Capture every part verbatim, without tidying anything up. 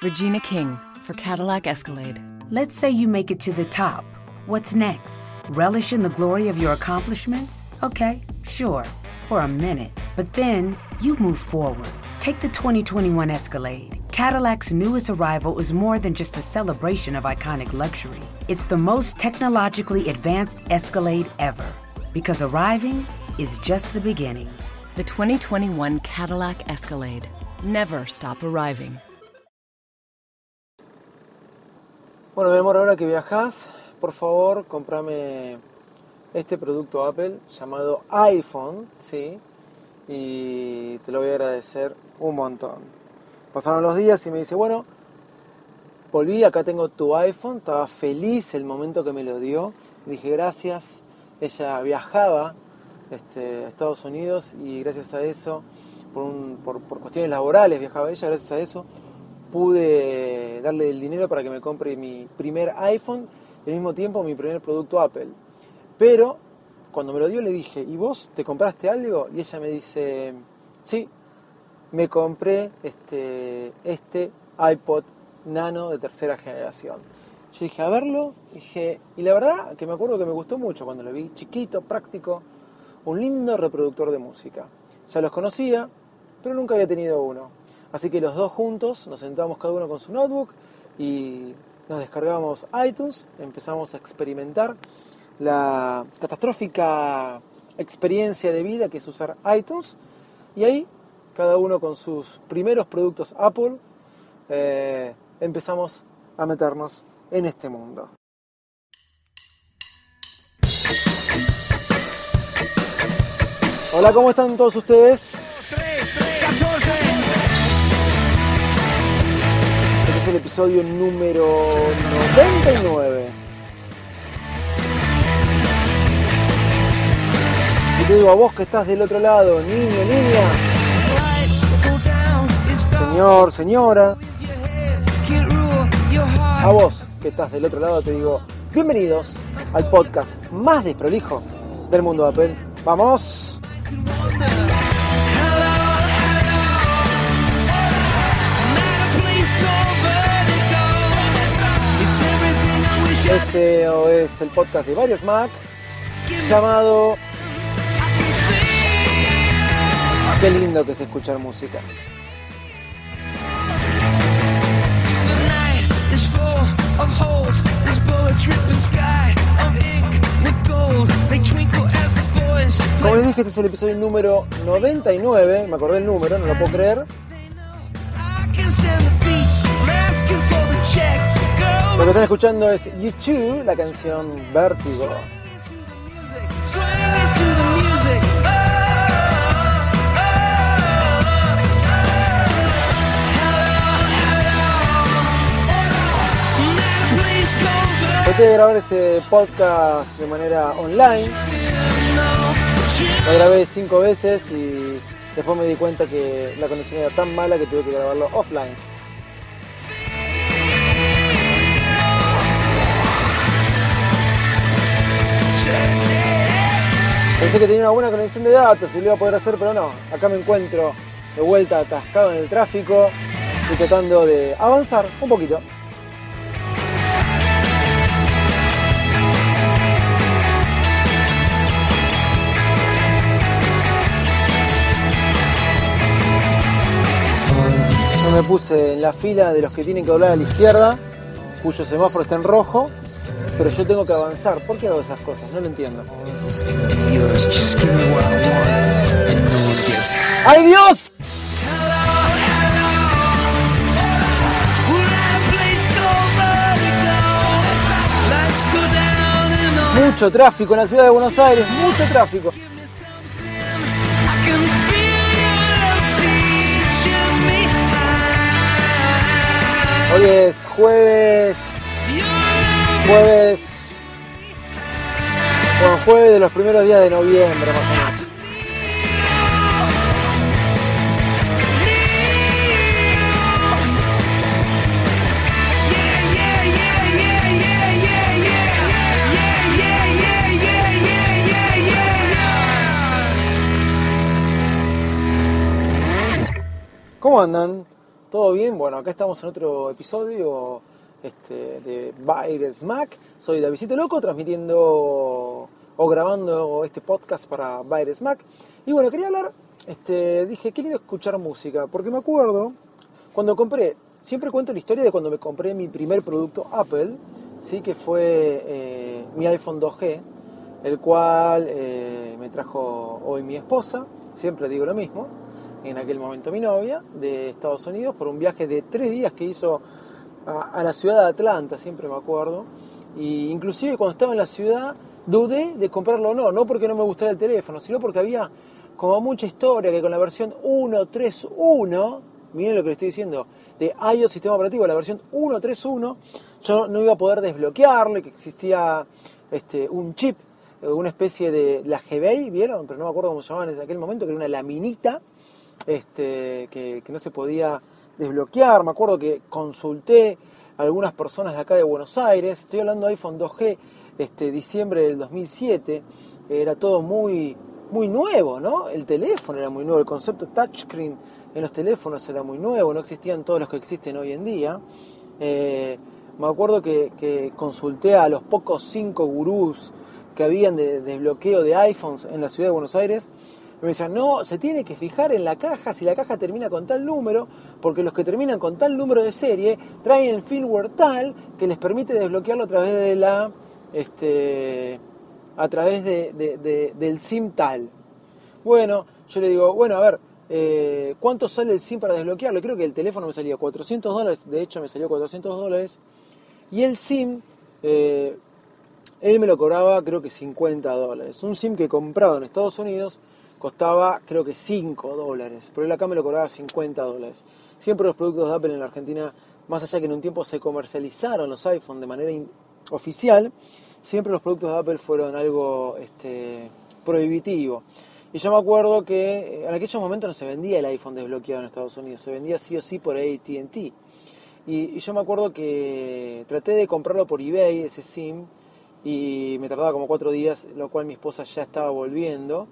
Regina King for Cadillac Escalade. Let's say you make it to the top. What's next? Relish in the glory of your accomplishments? Okay, sure, for a minute. But then you move forward. Take the twenty twenty-one Escalade. Cadillac's newest arrival is more than just a celebration of iconic luxury. It's the most technologically advanced Escalade ever. Because arriving is just the beginning. The twenty twenty-one Cadillac Escalade. Never stop arriving. Bueno, mi amor, ahora que viajás, por favor, cómprame este producto Apple llamado iPhone, ¿sí? Y te lo voy a agradecer un montón. Pasaron los días y me dice, bueno, volví, acá tengo tu iPhone, estaba feliz el momento que me lo dio. Dije, gracias. Ella viajaba este, a Estados Unidos y gracias a eso, por, un, por, por cuestiones laborales viajaba ella, gracias a eso pude darle el dinero para que me compre mi primer iPhone y al mismo tiempo mi primer producto Apple. Pero cuando me lo dio le dije, ¿y vos te compraste algo? Y ella me dice, sí, me compré este, este iPod Nano de tercera generación. Yo dije, a verlo, dije, y la verdad que me acuerdo que me gustó mucho cuando lo vi, chiquito, práctico, un lindo reproductor de música. Ya los conocía, pero nunca había tenido uno. Así que los dos juntos nos sentamos cada uno con su notebook y nos descargamos iTunes, empezamos a experimentar la catastrófica experiencia de vida que es usar iTunes, y ahí, cada uno con sus primeros productos Apple, eh, empezamos a meternos en este mundo. Hola, ¿cómo están todos ustedes? Este es el episodio número noventa y nueve. Y te digo a vos que estás del otro lado, niño, niña, señor, señora, a vos que estás del otro lado te digo, bienvenidos al podcast más desprolijo del mundo de Apple. ¡Vamos! Este es el podcast de varios Mac llamado Qué lindo que es escuchar música. Como les dije, este es el episodio número noventa y nueve, me acordé el número, no lo puedo creer. Lo que están escuchando es U dos, la canción Vértigo. Traté de grabar este podcast de manera online. Lo grabé cinco veces y después me di cuenta que la conexión era tan mala que tuve que grabarlo offline. Pensé que tenía una buena conexión de datos y lo iba a poder hacer, pero no. Acá me encuentro de vuelta atascado en el tráfico y tratando de avanzar un poquito. Yo me puse en la fila de los que tienen que doblar a la izquierda, cuyo semáforo está en rojo, pero yo tengo que avanzar. ¿Por qué hago esas cosas? No lo entiendo. ¡Ay, Dios! Mucho tráfico en la ciudad de Buenos Aires, mucho tráfico. Hoy es jueves, jueves, bueno, jueves de los primeros días de noviembre, más o menos. ¿Cómo andan? ¿Todo bien? Bueno, acá estamos en otro episodio este, de Bytes Mac. Soy Davidito Loco, transmitiendo o grabando este podcast para Bytes Mac. Y bueno, quería hablar, este, dije, qué lindo escuchar música, porque me acuerdo cuando compré, siempre cuento la historia de cuando me compré mi primer producto Apple, ¿sí? Que fue eh, mi iPhone dos G, el cual eh, me trajo hoy mi esposa, siempre digo lo mismo, en aquel momento mi novia, de Estados Unidos, por un viaje de tres días que hizo a, a la ciudad de Atlanta, siempre me acuerdo, y inclusive cuando estaba en la ciudad dudé de comprarlo o no, no porque no me gustara el teléfono, sino porque había como mucha historia que con la versión uno punto tres punto uno, miren lo que le estoy diciendo, de iOS sistema operativo, la versión uno punto tres punto uno, yo no iba a poder desbloquearlo, y que existía este, un chip, una especie de la G B I, ¿vieron? Pero no me acuerdo cómo se llamaban en aquel momento, que era una laminita este, que, que no se podía desbloquear. Me acuerdo que consulté a algunas personas de acá de Buenos Aires, estoy hablando de iPhone dos G, este, diciembre del dos mil siete, era todo muy, muy nuevo, ¿no? El teléfono era muy nuevo, el concepto touchscreen en los teléfonos era muy nuevo, no existían todos los que existen hoy en día. Eh, me acuerdo que, que consulté a los pocos cinco gurús que habían de desbloqueo de iPhones en la ciudad de Buenos Aires, y me decían, no, se tiene que fijar en la caja, si la caja termina con tal número, porque los que terminan con tal número de serie traen el firmware tal que les permite desbloquearlo a través de la este a través de, de, de, del SIM tal. Bueno, yo le digo, bueno, a ver, eh, ¿cuánto sale el SIM para desbloquearlo? Creo que el teléfono me salía cuatrocientos dólares, de hecho me salió cuatrocientos dólares, y el SIM eh, él me lo cobraba creo que cincuenta dólares. Un SIM que comprado en Estados Unidos costaba creo que cinco dólares, pero él acá me lo cobraba cincuenta dólares. Siempre los productos de Apple en la Argentina, más allá que en un tiempo se comercializaron los iPhone de manera in- oficial, siempre los productos de Apple fueron algo este, prohibitivo. Y yo me acuerdo que en aquellos momentos no se vendía el iPhone desbloqueado en Estados Unidos, se vendía sí o sí por A T and T. Y, y yo me acuerdo que traté de comprarlo por eBay, ese SIM, y me tardaba como cuatro días, lo cual mi esposa ya estaba volviendo.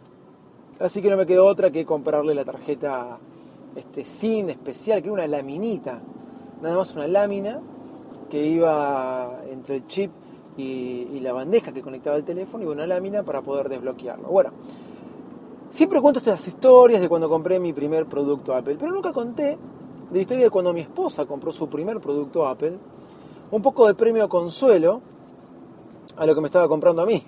Así que no me quedó otra que comprarle la tarjeta este, SIM especial, que era una laminita, nada más una lámina que iba entre el chip y, y la bandeja que conectaba el teléfono, y una lámina para poder desbloquearlo. Bueno, siempre cuento estas historias de cuando compré mi primer producto Apple, pero nunca conté de la historia de cuando mi esposa compró su primer producto Apple, un poco de premio consuelo a lo que me estaba comprando a mí,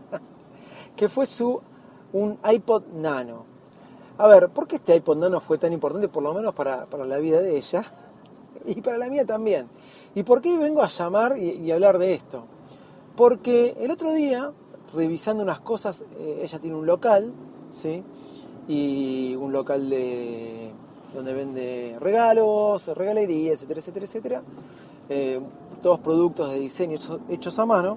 que fue su un iPod Nano. A ver, ¿por qué este iPod Nano fue tan importante, por lo menos para, para la vida de ella y para la mía también? ¿Y por qué vengo a llamar y, y hablar de esto? Porque el otro día, revisando unas cosas, eh, ella tiene un local, ¿sí? Y un local de donde vende regalos, regalería, etcétera, etcétera, etcétera. Eh, todos productos de diseño hechos, hechos a mano.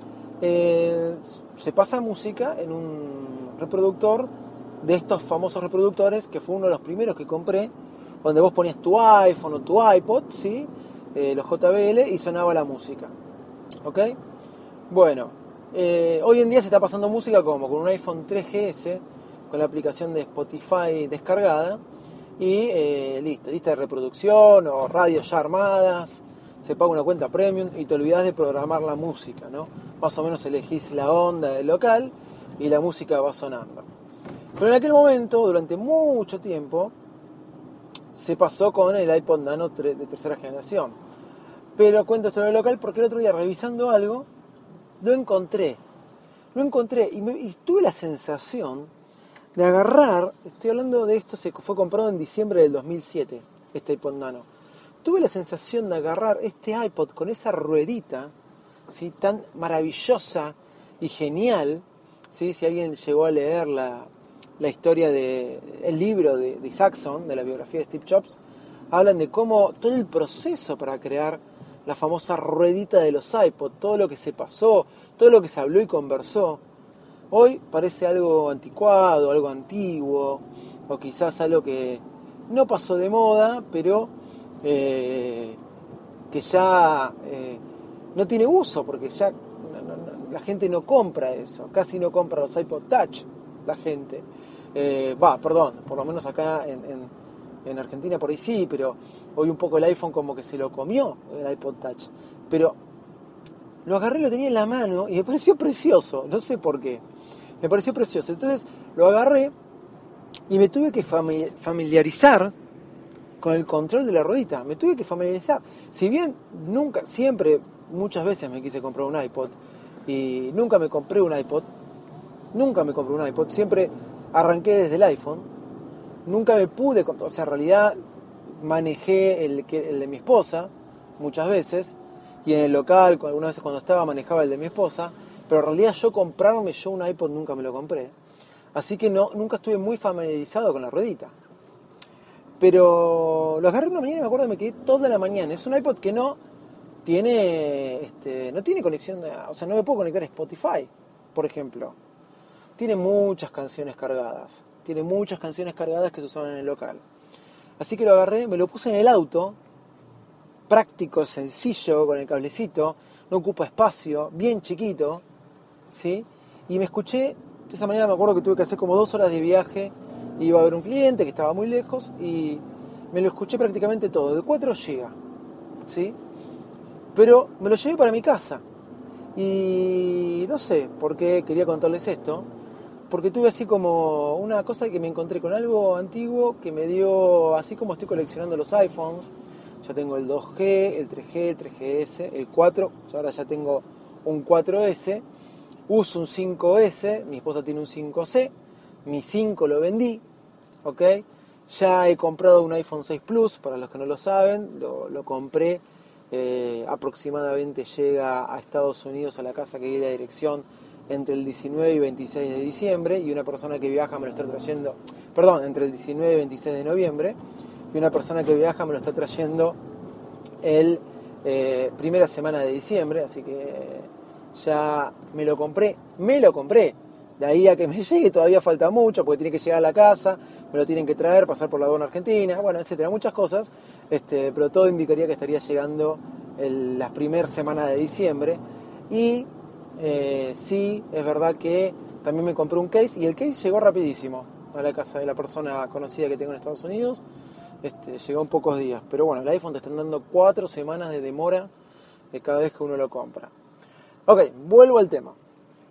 Eh, se pasa música en un reproductor de estos famosos reproductores, que fue uno de los primeros que compré, donde vos ponías tu iPhone o tu iPod, ¿sí? Eh, los J B L, y sonaba la música. ¿Ok? Bueno, eh, hoy en día se está pasando música como con un iPhone tres G S, con la aplicación de Spotify descargada, y eh, listo, lista de reproducción o radios ya armadas. Se paga una cuenta premium y te olvidás de programar la música, ¿no? Más o menos elegís la onda del local y la música va sonando. Pero en aquel momento, durante mucho tiempo, se pasó con el iPod Nano de tercera generación. Pero cuento esto en el local porque el otro día, revisando algo, lo encontré. Lo encontré y, me, y tuve la sensación de agarrar, estoy hablando de esto, se fue comprado en diciembre del dos mil siete, este iPod Nano. Tuve la sensación de agarrar este iPod con esa ruedita, ¿sí? Tan maravillosa y genial, ¿sí? Si alguien llegó a leer la, la historia de el libro de, de Isaacson, de la biografía de Steve Jobs, hablan de cómo todo el proceso para crear la famosa ruedita de los iPod, todo lo que se pasó, todo lo que se habló y conversó. Hoy parece algo anticuado, algo antiguo, o quizás algo que no pasó de moda, pero eh, que ya eh, no tiene uso, porque ya no, no, no, la gente no compra eso, casi no compra los iPod Touch, la gente. Va, eh, perdón, por lo menos acá en, en, En Argentina por ahí sí, pero hoy un poco el iPhone como que se lo comió, el iPod Touch. Pero lo agarré, lo tenía en la mano y me pareció precioso, no sé por qué. Me pareció precioso. Entonces lo agarré y me tuve que familiarizar con el control de la ruedita. Me tuve que familiarizar. Si bien nunca, siempre, muchas veces me quise comprar un iPod y nunca me compré un iPod, nunca me compré un iPod, siempre arranqué desde el iPhone, nunca me pude, o sea, en realidad manejé el, el de mi esposa muchas veces, y en el local, algunas veces cuando estaba manejaba el de mi esposa, pero en realidad yo comprarme yo un iPod nunca me lo compré. Así que no, nunca estuve muy familiarizado con la ruedita. Pero lo agarré una mañana y me acuerdo que me quedé toda la mañana. Es un iPod que no tiene, este, no tiene conexión, o sea, no me puedo conectar a Spotify, por ejemplo. Tiene muchas canciones cargadas. Tiene muchas canciones cargadas que se usaban en el local. Así que lo agarré, me lo puse en el auto, práctico, sencillo, con el cablecito, no ocupa espacio, bien chiquito, ¿sí? Y me escuché, de esa manera me acuerdo que tuve que hacer como dos horas de viaje, iba a ver un cliente que estaba muy lejos y me lo escuché prácticamente todo, de cuatro gigas, ¿sí? Pero me lo llevé para mi casa y no sé por qué quería contarles esto, porque tuve así como una cosa que me encontré con algo antiguo que me dio, así como estoy coleccionando los iPhones, ya tengo el dos G, el tres G, el tres G S, el cuatro, ahora ya tengo un cuatro ese, uso un cinco ese, mi esposa tiene un cinco C, mi cinco lo vendí, ¿ok? Ya he comprado un iPhone seis Plus, para los que no lo saben, lo, lo compré, eh, aproximadamente llega a Estados Unidos a la casa que di la dirección entre el diecinueve y veintiséis de diciembre, y una persona que viaja me lo está trayendo, perdón, entre el diecinueve y veintiséis de noviembre, y una persona que viaja me lo está trayendo el eh, primera semana de diciembre, así que ya me lo compré, me lo compré, de ahí a que me llegue todavía falta mucho, porque tiene que llegar a la casa, me lo tienen que traer, pasar por la aduana argentina, bueno, etcétera, muchas cosas, este, pero todo indicaría que estaría llegando el, la primera semana de diciembre, y eh, sí, es verdad que también me compré un case, y el case llegó rapidísimo a la casa de la persona conocida que tengo en Estados Unidos. Este, llegó en pocos días, pero bueno, el iPhone te están dando cuatro semanas de demora de cada vez que uno lo compra. Ok, vuelvo al tema.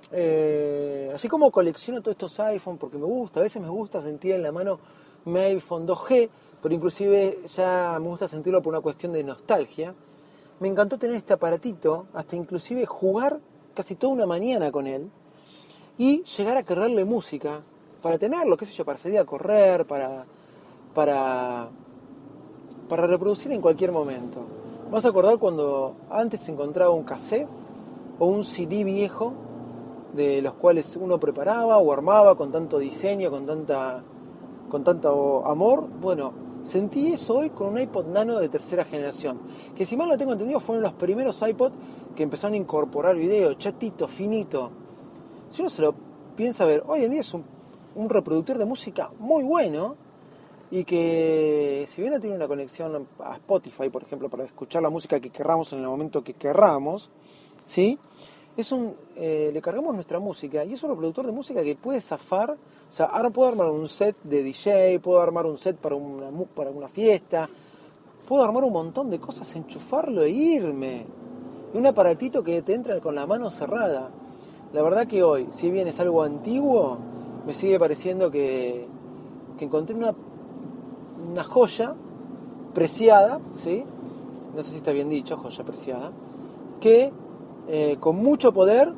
Eh, así como colecciono todos estos iPhone porque me gusta, a veces me gusta sentir en la mano mi iPhone dos G, pero inclusive ya me gusta sentirlo por una cuestión de nostalgia. Me encantó tener este aparatito, hasta inclusive jugar casi toda una mañana con él y llegar a quererle música para tenerlo, qué sé yo, para salir a correr, para... Para, para reproducir en cualquier momento. ¿Me vas a acordar cuando antes se encontraba un cassette o un C D viejo de los cuales uno preparaba o armaba con tanto diseño, con tanta con tanto amor? Bueno, sentí eso hoy con un iPod Nano de tercera generación, que si mal no tengo entendido fueron los primeros iPod que empezaron a incorporar video, chatito, finito. Si uno se lo piensa ver, hoy en día es un, un reproductor de música muy bueno, y que si bien no tiene una conexión a Spotify, por ejemplo, para escuchar la música que querramos en el momento que querramos, ¿sí? Es un, eh, le cargamos nuestra música y es un reproductor de música que puede zafar. O sea, ahora puedo armar un set de D J, puedo armar un set para una, para una fiesta, puedo armar un montón de cosas, enchufarlo e irme. Un aparatito que te entra con la mano cerrada. La verdad que hoy, si bien es algo antiguo, me sigue pareciendo que, que encontré una una joya preciada, ¿sí? No sé si está bien dicho, joya preciada, que eh, con mucho poder,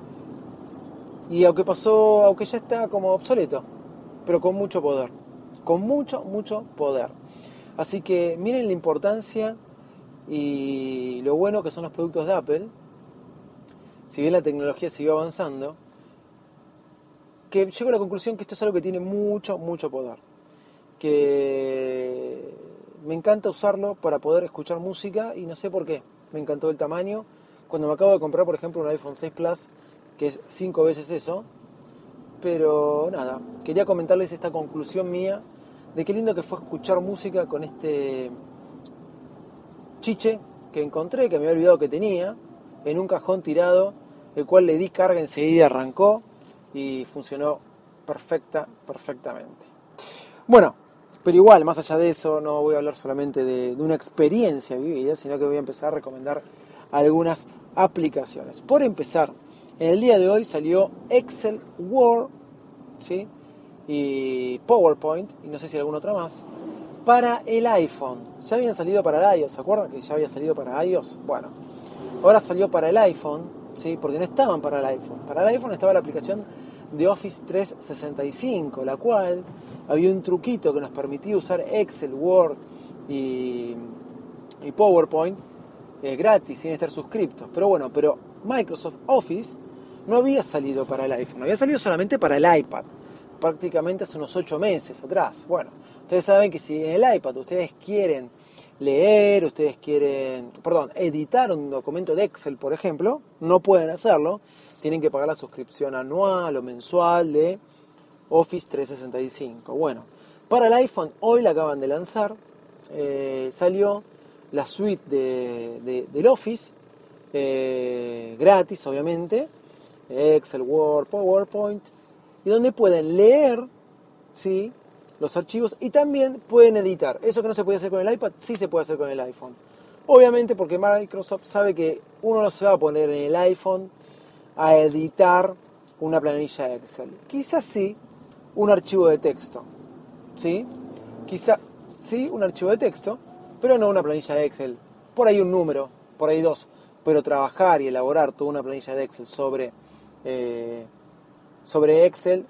y aunque pasó, aunque ya está como obsoleto, pero con mucho poder, con mucho, mucho poder. Así que miren la importancia y lo bueno que son los productos de Apple, si bien la tecnología siguió avanzando, que llego a la conclusión que esto es algo que tiene mucho, mucho poder. Que me encanta usarlo para poder escuchar música y no sé por qué, me encantó el tamaño. Cuando me acabo de comprar, por ejemplo, un iPhone seis Plus, que es cinco veces eso, pero nada, quería comentarles esta conclusión mía de qué lindo que fue escuchar música con este chiche que encontré, que me había olvidado que tenía, en un cajón tirado, el cual le di carga enseguida, arrancó y funcionó perfecta, perfectamente. Bueno, Pero igual, más allá de eso, no voy a hablar solamente de, de una experiencia vivida, sino que voy a empezar a recomendar algunas aplicaciones. Por empezar, en el día de hoy salió Excel, Word, ¿sí? Y PowerPoint, y no sé si alguna otra más, para el iPhone. Ya habían salido para el iOS, ¿se acuerdan que ya había salido para iOS? Bueno, ahora salió para el iPhone, ¿sí? Porque no estaban para el iPhone. Para el iPhone estaba la aplicación de Office trescientos sesenta y cinco, la cual había un truquito que nos permitía usar Excel, Word y, y PowerPoint eh, gratis, sin estar suscriptos. Pero bueno, pero Microsoft Office no había salido para el iPhone, había salido solamente para el iPad, prácticamente hace unos ocho meses atrás. Bueno, ustedes saben que si en el iPad ustedes quieren leer, ustedes quieren, perdón, editar un documento de Excel, por ejemplo, no pueden hacerlo, tienen que pagar la suscripción anual o mensual de Office trescientos sesenta y cinco. Bueno, para el iPhone hoy la acaban de lanzar, eh, salió la suite de, de, del Office, eh, gratis obviamente, Excel, Word, PowerPoint, y donde pueden leer, ¿sí?, los archivos y también pueden editar. Eso que no se puede hacer con el iPad, sí se puede hacer con el iPhone. Obviamente porque Microsoft sabe que uno no se va a poner en el iPhone a editar una planilla Excel. Quizás sí un archivo de texto, ¿sí? Quizás sí un archivo de texto, pero no una planilla de Excel. Por ahí un número, por ahí dos. Pero trabajar y elaborar toda una planilla de Excel sobre, eh, sobre Excel,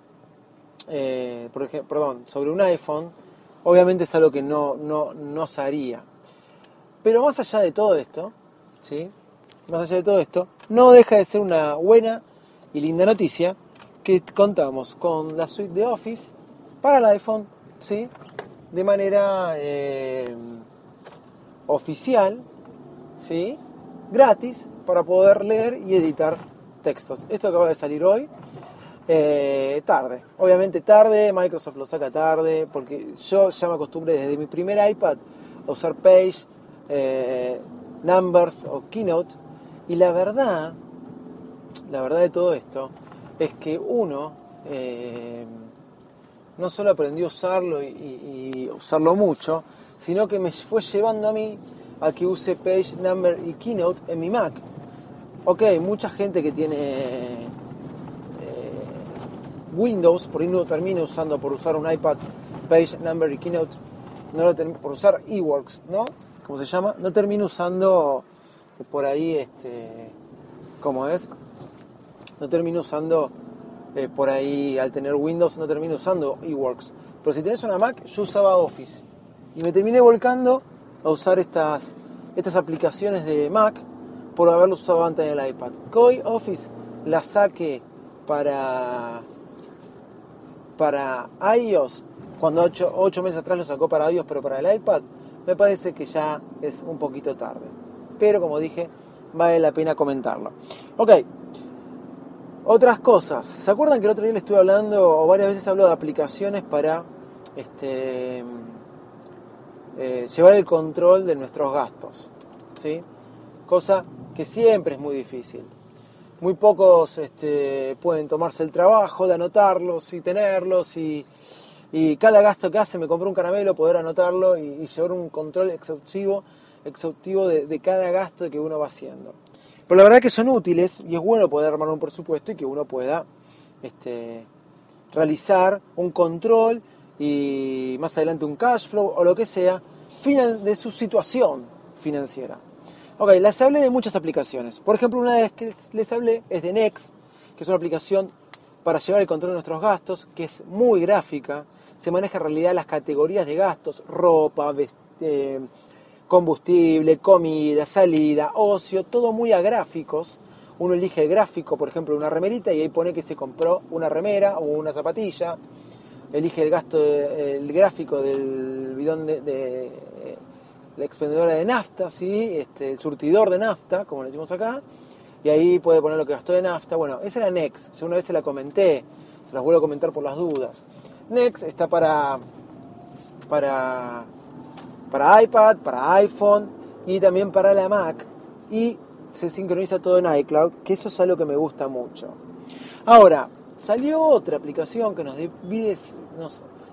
eh, por ejemplo, perdón, sobre un iPhone, obviamente es algo que no, no, no se haría. Pero más allá de todo esto, ¿sí? Más allá de todo esto, no deja de ser una buena y linda noticia que contamos con la suite de Office para el iPhone, ¿sí?, de manera eh, oficial, ¿sí?, gratis, para poder leer y editar textos. Esto acaba de salir hoy, eh, tarde, obviamente tarde, Microsoft lo saca tarde, porque yo ya me acostumbré desde mi primer iPad a usar Page, eh, Numbers o Keynote, y la verdad, la verdad de todo esto es que uno eh, no solo aprendió a usarlo y, y, y usarlo mucho, sino que me fue llevando a mí a que use Page, Number y Keynote en mi Mac. Ok, mucha gente que tiene eh, Windows, por ahí no termina usando por usar un iPad Page, Number y Keynote, no lo termina, por usar eWorks, ¿no? ¿Cómo se llama? No termina usando por ahí, este, ¿cómo es? No termino usando eh, por ahí, al tener Windows, no termino usando eWorks. Pero si tenés una Mac, yo usaba Office. Y me terminé volcando a usar estas, estas aplicaciones de Mac por haberlo usado antes en el iPad. Que hoy Office la saque para, para iOS, cuando ocho, ocho meses atrás lo sacó para iOS, pero para el iPad, me parece que ya es un poquito tarde. Pero como dije, vale la pena comentarlo. Ok. Otras cosas. ¿Se acuerdan que el otro día les estuve hablando, o varias veces hablo de aplicaciones para este, eh, llevar el control de nuestros gastos? ¿Sí? Cosa que siempre es muy difícil. Muy pocos este, pueden tomarse el trabajo de anotarlos y tenerlos y, y cada gasto que hace, me compré un caramelo, poder anotarlo y, y llevar un control exhaustivo, exhaustivo de, de cada gasto que uno va haciendo. Pero la verdad que son útiles y es bueno poder armar un presupuesto y que uno pueda este, realizar un control y más adelante un cash flow o lo que sea de su situación financiera. Ok, les hablé de muchas aplicaciones. Por ejemplo, una de las que les hablé es de Next, que es una aplicación para llevar el control de nuestros gastos, que es muy gráfica. Se maneja en realidad las categorías de gastos: ropa, vest- eh, combustible, comida, salida, ocio, todo muy a gráficos. Uno elige el gráfico, por ejemplo, una remerita y ahí pone que se compró una remera o una zapatilla. Elige el gasto, de, el gráfico del bidón de, de la expendedora de nafta, ¿sí? Este, el surtidor de nafta, como le decimos acá, y ahí puede poner lo que gastó de nafta. Bueno, esa era Next, yo una vez se la comenté, se las vuelvo a comentar por las dudas. Next está para para para iPad, para iPhone y también para la Mac, y se sincroniza todo en iCloud, que eso es algo que me gusta mucho. Ahora, salió otra aplicación que nos divide, nos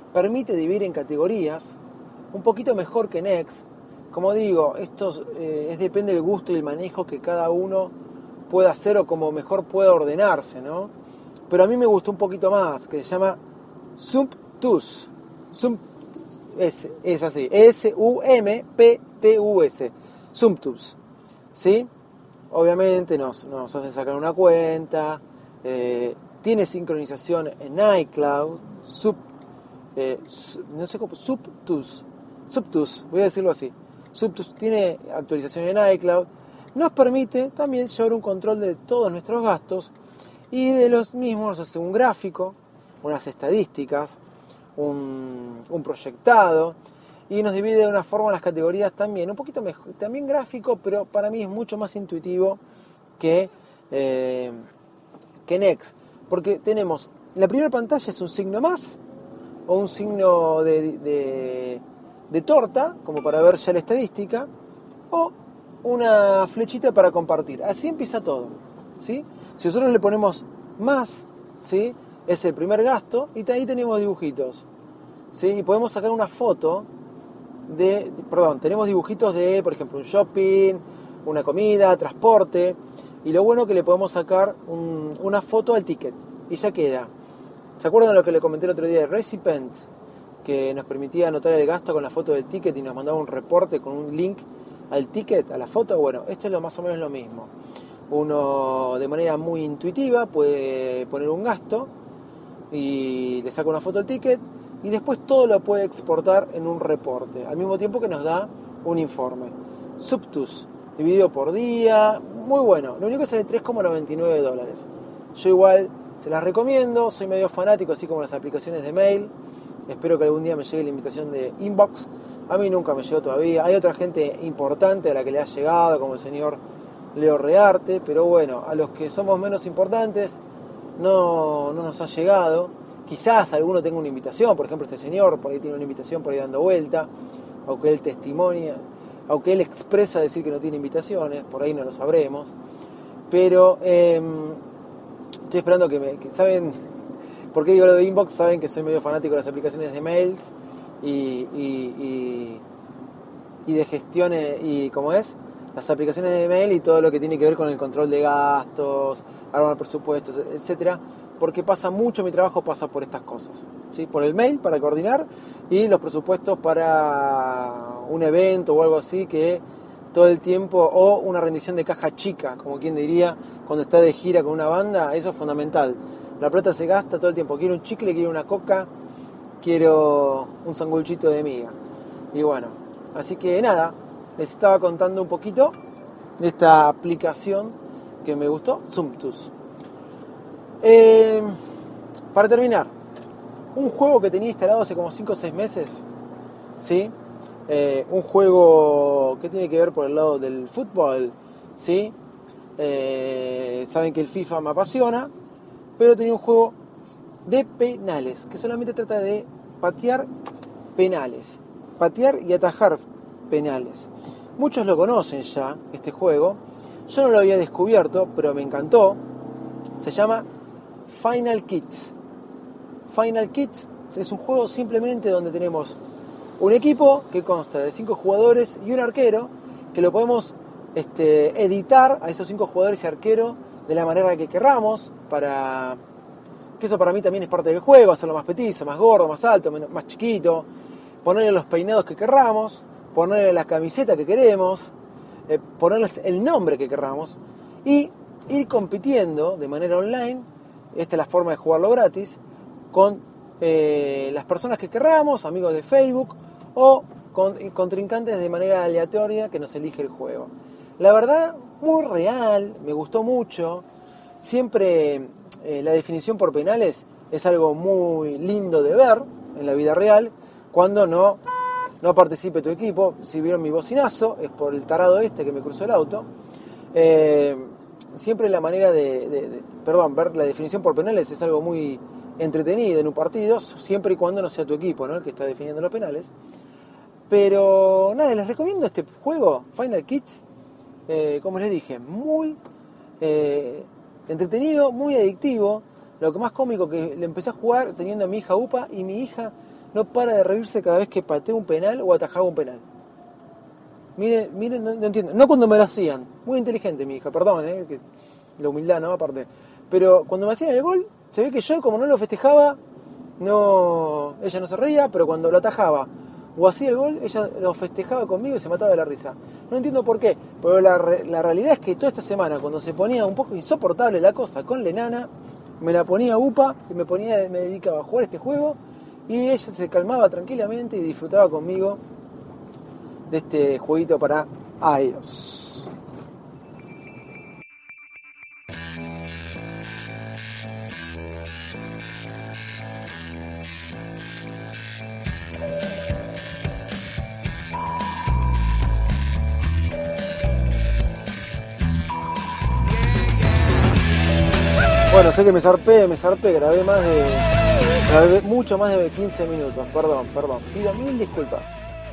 permite dividir en categorías, un poquito mejor que Next. Como digo, esto eh, es, depende del gusto y el manejo que cada uno pueda hacer o como mejor pueda ordenarse, ¿no? Pero a mí me gustó un poquito más, que se llama Sumptus. Sump, es, es así, S U M P T U S. Sumptus, ¿sí? Obviamente nos, nos hace sacar una cuenta, eh, tiene sincronización en iCloud, sub, eh, no sé cómo, Subtus, Subtus, voy a decirlo así. Subtus tiene actualización en iCloud, nos permite también llevar un control de todos nuestros gastos y de los mismos nos hace un gráfico, unas estadísticas, un, un proyectado y nos divide de una forma las categorías también, un poquito mejor, también gráfico, pero para mí es mucho más intuitivo que, eh, que Next, porque tenemos, la primera pantalla es un signo más o un signo de, de, de torta, como para ver ya la estadística, o una flechita para compartir. Así empieza todo, ¿sí? Si nosotros le ponemos más, ¿sí? Es el primer gasto y ahí tenemos dibujitos, ¿sí? Y podemos sacar una foto de, perdón, tenemos dibujitos de, por ejemplo, un shopping, una comida, transporte, y lo bueno que le podemos sacar un, una foto al ticket y ya queda. ¿Se acuerdan lo que le comenté el otro día de Recipients? Que nos permitía anotar el gasto con la foto del ticket y nos mandaba un reporte con un link al ticket, a la foto. Bueno, esto es lo más o menos lo mismo. Uno de manera muy intuitiva puede poner un gasto y le saca una foto al ticket y después todo lo puede exportar en un reporte, al mismo tiempo que nos da un informe. Subtus, dividido por día, muy bueno. Lo único que sale tres coma noventa y nueve dólares. Yo igual se las recomiendo, soy medio fanático, así como las aplicaciones de mail. Espero que algún día me llegue la invitación de Inbox. A mí nunca me llegó todavía. Hay otra gente importante a la que le ha llegado, como el señor Leo Rearte, pero bueno, a los que somos menos importantes no, no nos ha llegado. Quizás alguno tenga una invitación, por ejemplo este señor, por ahí tiene una invitación por ahí dando vuelta, aunque él testimonia, aunque él expresa decir que no tiene invitaciones, por ahí no lo sabremos. Pero eh, estoy esperando que me... Que, ¿saben por qué digo lo de Inbox? Saben que soy medio fanático de las aplicaciones de mails y, y, y, y de gestión, y ¿cómo es? Las aplicaciones de mail y todo lo que tiene que ver con el control de gastos, armar presupuestos, etcétera, porque pasa mucho, mi trabajo pasa por estas cosas, ¿sí? Por el mail para coordinar y los presupuestos para un evento o algo así que todo el tiempo, o una rendición de caja chica, como quien diría, cuando está de gira con una banda, eso es fundamental. La plata se gasta todo el tiempo, quiero un chicle, quiero una coca, quiero un sanguchito de miga. Y bueno, así que nada, les estaba contando un poquito de esta aplicación que me gustó, Sumptus. Eh, para terminar, un juego que tenía instalado hace como cinco o seis meses, ¿sí? Eh, un juego que tiene que ver por el lado del fútbol, ¿sí? Eh, saben que el FIFA me apasiona, pero tenía un juego de penales, que solamente trata de patear penales, patear y atajar penales. Muchos lo conocen ya, este juego. Yo no lo había descubierto, pero me encantó. Se llama Final Kids. Final Kids es un juego simplemente donde tenemos un equipo que consta de cinco jugadores y un arquero, que lo podemos este, editar a esos cinco jugadores y arquero de la manera que querramos, para que eso para mí también es parte del juego, hacerlo más petizo, más gordo, más alto, más chiquito, ponerle los peinados que querramos, ponerle la camiseta que queremos, eh, ponerles el nombre que querramos y ir compitiendo de manera online. Esta es la forma de jugarlo gratis, con eh, las personas que querramos, amigos de Facebook o con contrincantes de manera aleatoria que nos elige el juego. La verdad, muy real, me gustó mucho. Siempre eh, la definición por penales es algo muy lindo de ver en la vida real, cuando no, no participe tu equipo. Si vieron mi bocinazo, es por el tarado este que me cruzó el auto. Eh, siempre la manera de, de, de, perdón, ver la definición por penales es algo muy entretenido en un partido, siempre y cuando no sea tu equipo, ¿no?, el que está definiendo los penales. Pero nada, les recomiendo este juego, Final Kids, eh, como les dije, muy eh, entretenido, muy adictivo. Lo que más cómico que le empecé a jugar teniendo a mi hija Upa, y mi hija no para de reírse cada vez que pateo un penal o atajaba un penal. Miren, miren, no, no entiendo. No cuando me lo hacían. Muy inteligente mi hija, perdón, eh, que la humildad, ¿no? Aparte. Pero cuando me hacían el gol, se ve que yo, como no lo festejaba, no, ella no se reía, pero cuando lo atajaba o hacía el gol, ella lo festejaba conmigo y se mataba de la risa. No entiendo por qué, pero la, la realidad es que toda esta semana, cuando se ponía un poco insoportable la cosa con la enana, me la ponía upa y me, ponía, me dedicaba a jugar este juego y ella se calmaba tranquilamente y disfrutaba conmigo de este jueguito para iOS. Bueno, sé que me zarpé, me zarpé, grabé más de... grabé mucho más de quince minutos, perdón, perdón, pido mil disculpas.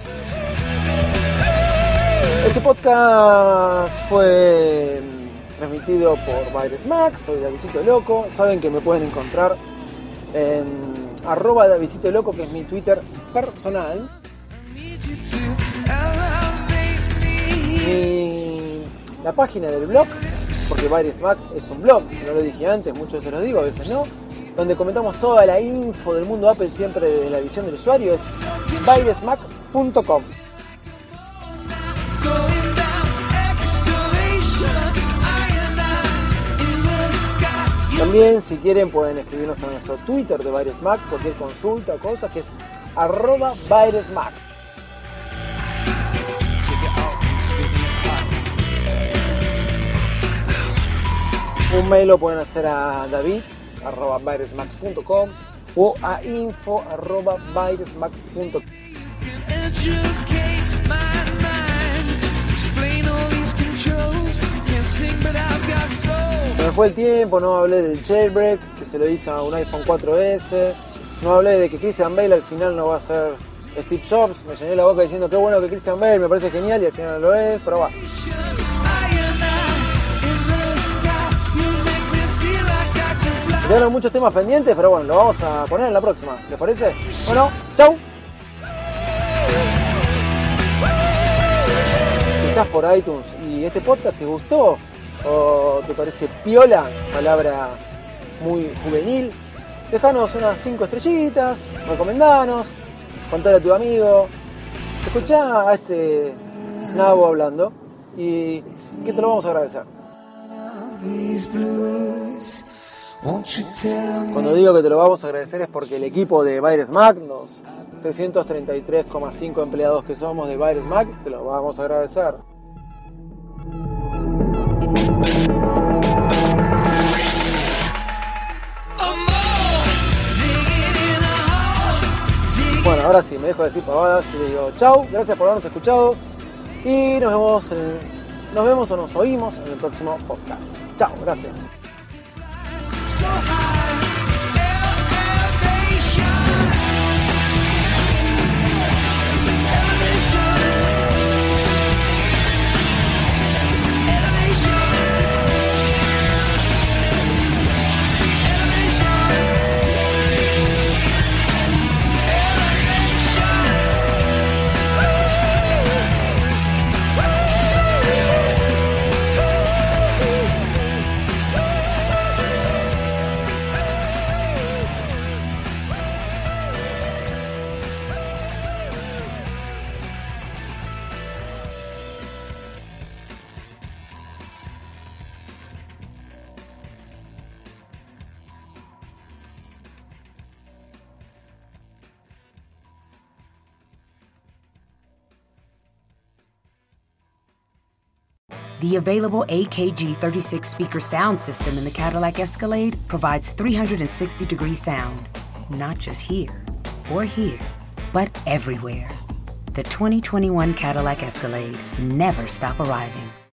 Este podcast fue transmitido por Baires Mac, soy Davidito Loco, saben que me pueden encontrar en arroba Davidito Loco, que es mi Twitter personal. Y la página del blog, porque Baires Mac es un blog, si no lo dije antes, muchos se los digo, a veces no, donde comentamos toda la info del mundo Apple siempre desde la visión del usuario, es baires mac punto com. También, si quieren, pueden escribirnos a nuestro Twitter de Baires Mac, cualquier consulta o cosa, que es arroba Baires Mac. Un mail lo pueden hacer a david arroba bairesmac punto com o a info arroba bairesmac punto com. Se me fue el tiempo, no hablé del jailbreak que se le hizo a un iPhone cuatro ese, no hablé de que Christian Bale al final no va a ser Steve Jobs, me llené la boca diciendo qué bueno que Christian Bale, me parece genial, y al final no lo es, pero va. Quedaron muchos temas pendientes, pero bueno, lo vamos a poner en la próxima, ¿les parece? Bueno, chau. Si estás por iTunes y este podcast te gustó o te parece piola, palabra muy juvenil, dejanos unas cinco estrellitas, recomendanos, contale a tu amigo, escuchá a este nabo hablando y que te lo vamos a agradecer. Cuando digo que te lo vamos a agradecer es porque el equipo de Baires Mac, los trescientos treinta y tres coma cinco empleados que somos de Baires Mac, te lo vamos a agradecer. Bueno, ahora sí, me dejo de decir pavadas y le digo chau, gracias por habernos escuchado y nos vemos, en, nos vemos o nos oímos en el próximo podcast. Chau, gracias. So high, elevation, elevation, elevation, The available A K G thirty-six speaker sound system in the Cadillac Escalade provides three hundred sixty degree sound, not just here or here, but everywhere. The twenty twenty-one Cadillac Escalade. Never stop arriving.